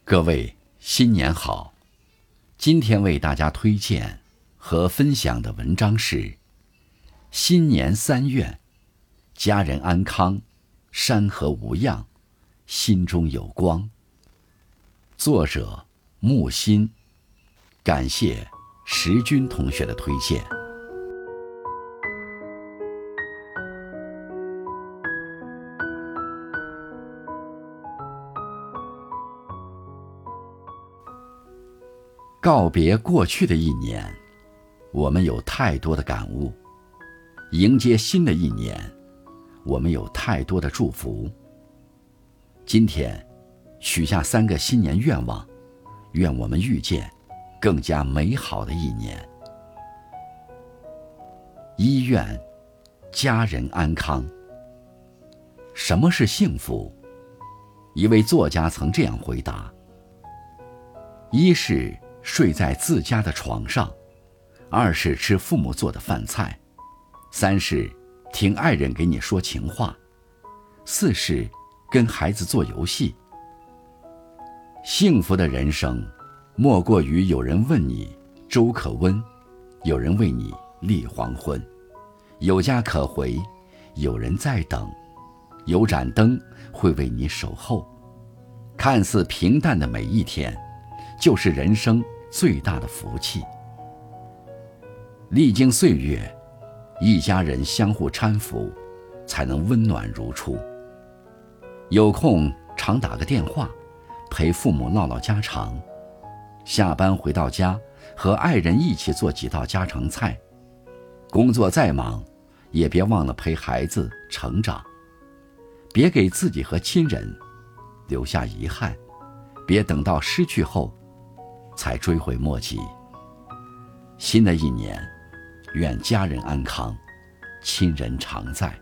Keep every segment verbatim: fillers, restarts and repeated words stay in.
各位新年好，今天为大家推荐和分享的文章是新年三愿，家人安康，山河无恙，心中有光。作者木心，感谢石军同学的推荐。告别过去的一年，我们有太多的感悟；迎接新的一年，我们有太多的祝福。今天许下三个新年愿望，愿我们遇见更加美好的一年。一愿家人安康。什么是幸福？一位作家曾这样回答：一是睡在自家的床上，二是吃父母做的饭菜，三是听爱人给你说情话，四是跟孩子做游戏。幸福的人生，莫过于有人问你粥可温，有人为你立黄昏，有家可回，有人在等，有盏灯会为你守候。看似平淡的每一天，就是人生最大的福气。历经岁月，一家人相互搀扶，才能温暖如初。有空常打个电话，陪父母唠唠家常，下班回到家，和爱人一起做几道家常菜。工作再忙，也别忘了陪孩子成长。别给自己和亲人留下遗憾，别等到失去后才追悔莫及。新的一年，愿家人安康，亲人常在。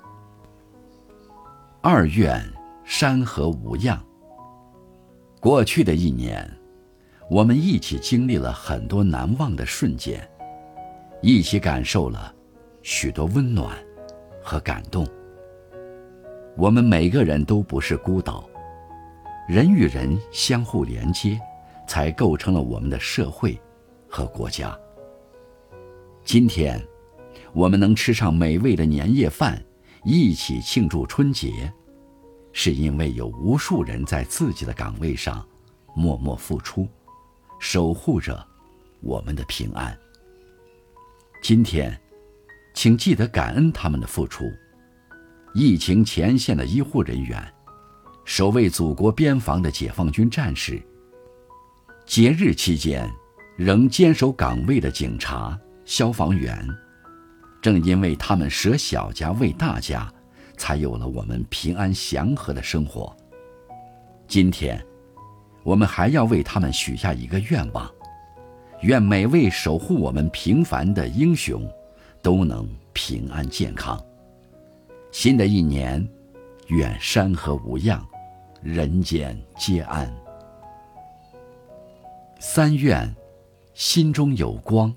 二愿山河无恙。过去的一年，我们一起经历了很多难忘的瞬间，一起感受了许多温暖和感动。我们每个人都不是孤岛，人与人相互连接，才构成了我们的社会和国家。今天我们能吃上美味的年夜饭，一起庆祝春节，是因为有无数人在自己的岗位上默默付出，守护着我们的平安。今天请记得感恩他们的付出。疫情前线的医护人员，守卫祖国边防的解放军战士，节日期间仍坚守岗位的警察、消防员，正因为他们舍小家为大家，才有了我们平安祥和的生活。今天我们还要为他们许下一个愿望，愿每位守护我们平凡的英雄都能平安健康。新的一年，愿山河无恙，人间皆安。三愿心中有光。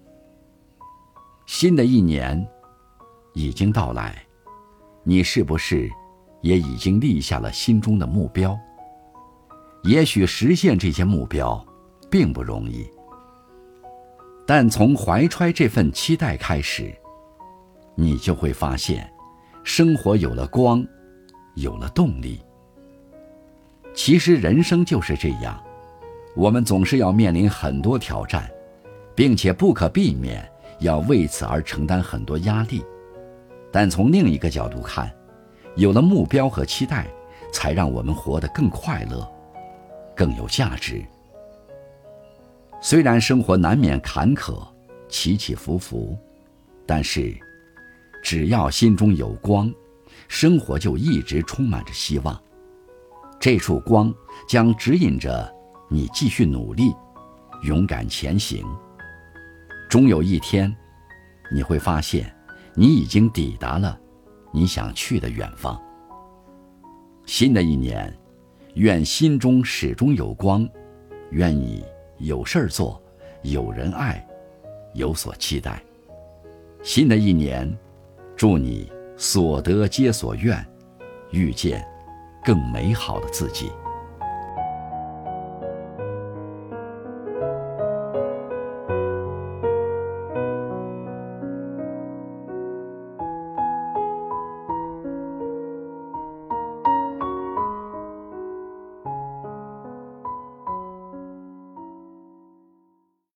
新的一年已经到来，你是不是也已经立下了心中的目标？也许实现这些目标并不容易，但从怀揣这份期待开始，你就会发现生活有了光，有了动力。其实人生就是这样，我们总是要面临很多挑战，并且不可避免要为此而承担很多压力。但从另一个角度看，有了目标和期待，才让我们活得更快乐，更有价值。虽然生活难免坎坷，起起伏伏，但是只要心中有光，生活就一直充满着希望。这束光将指引着你继续努力，勇敢前行。终有一天，你会发现你已经抵达了你想去的远方。新的一年，愿心中始终有光，愿你有事儿做，有人爱，有所期待。新的一年，祝你所得皆所愿，遇见更美好的自己。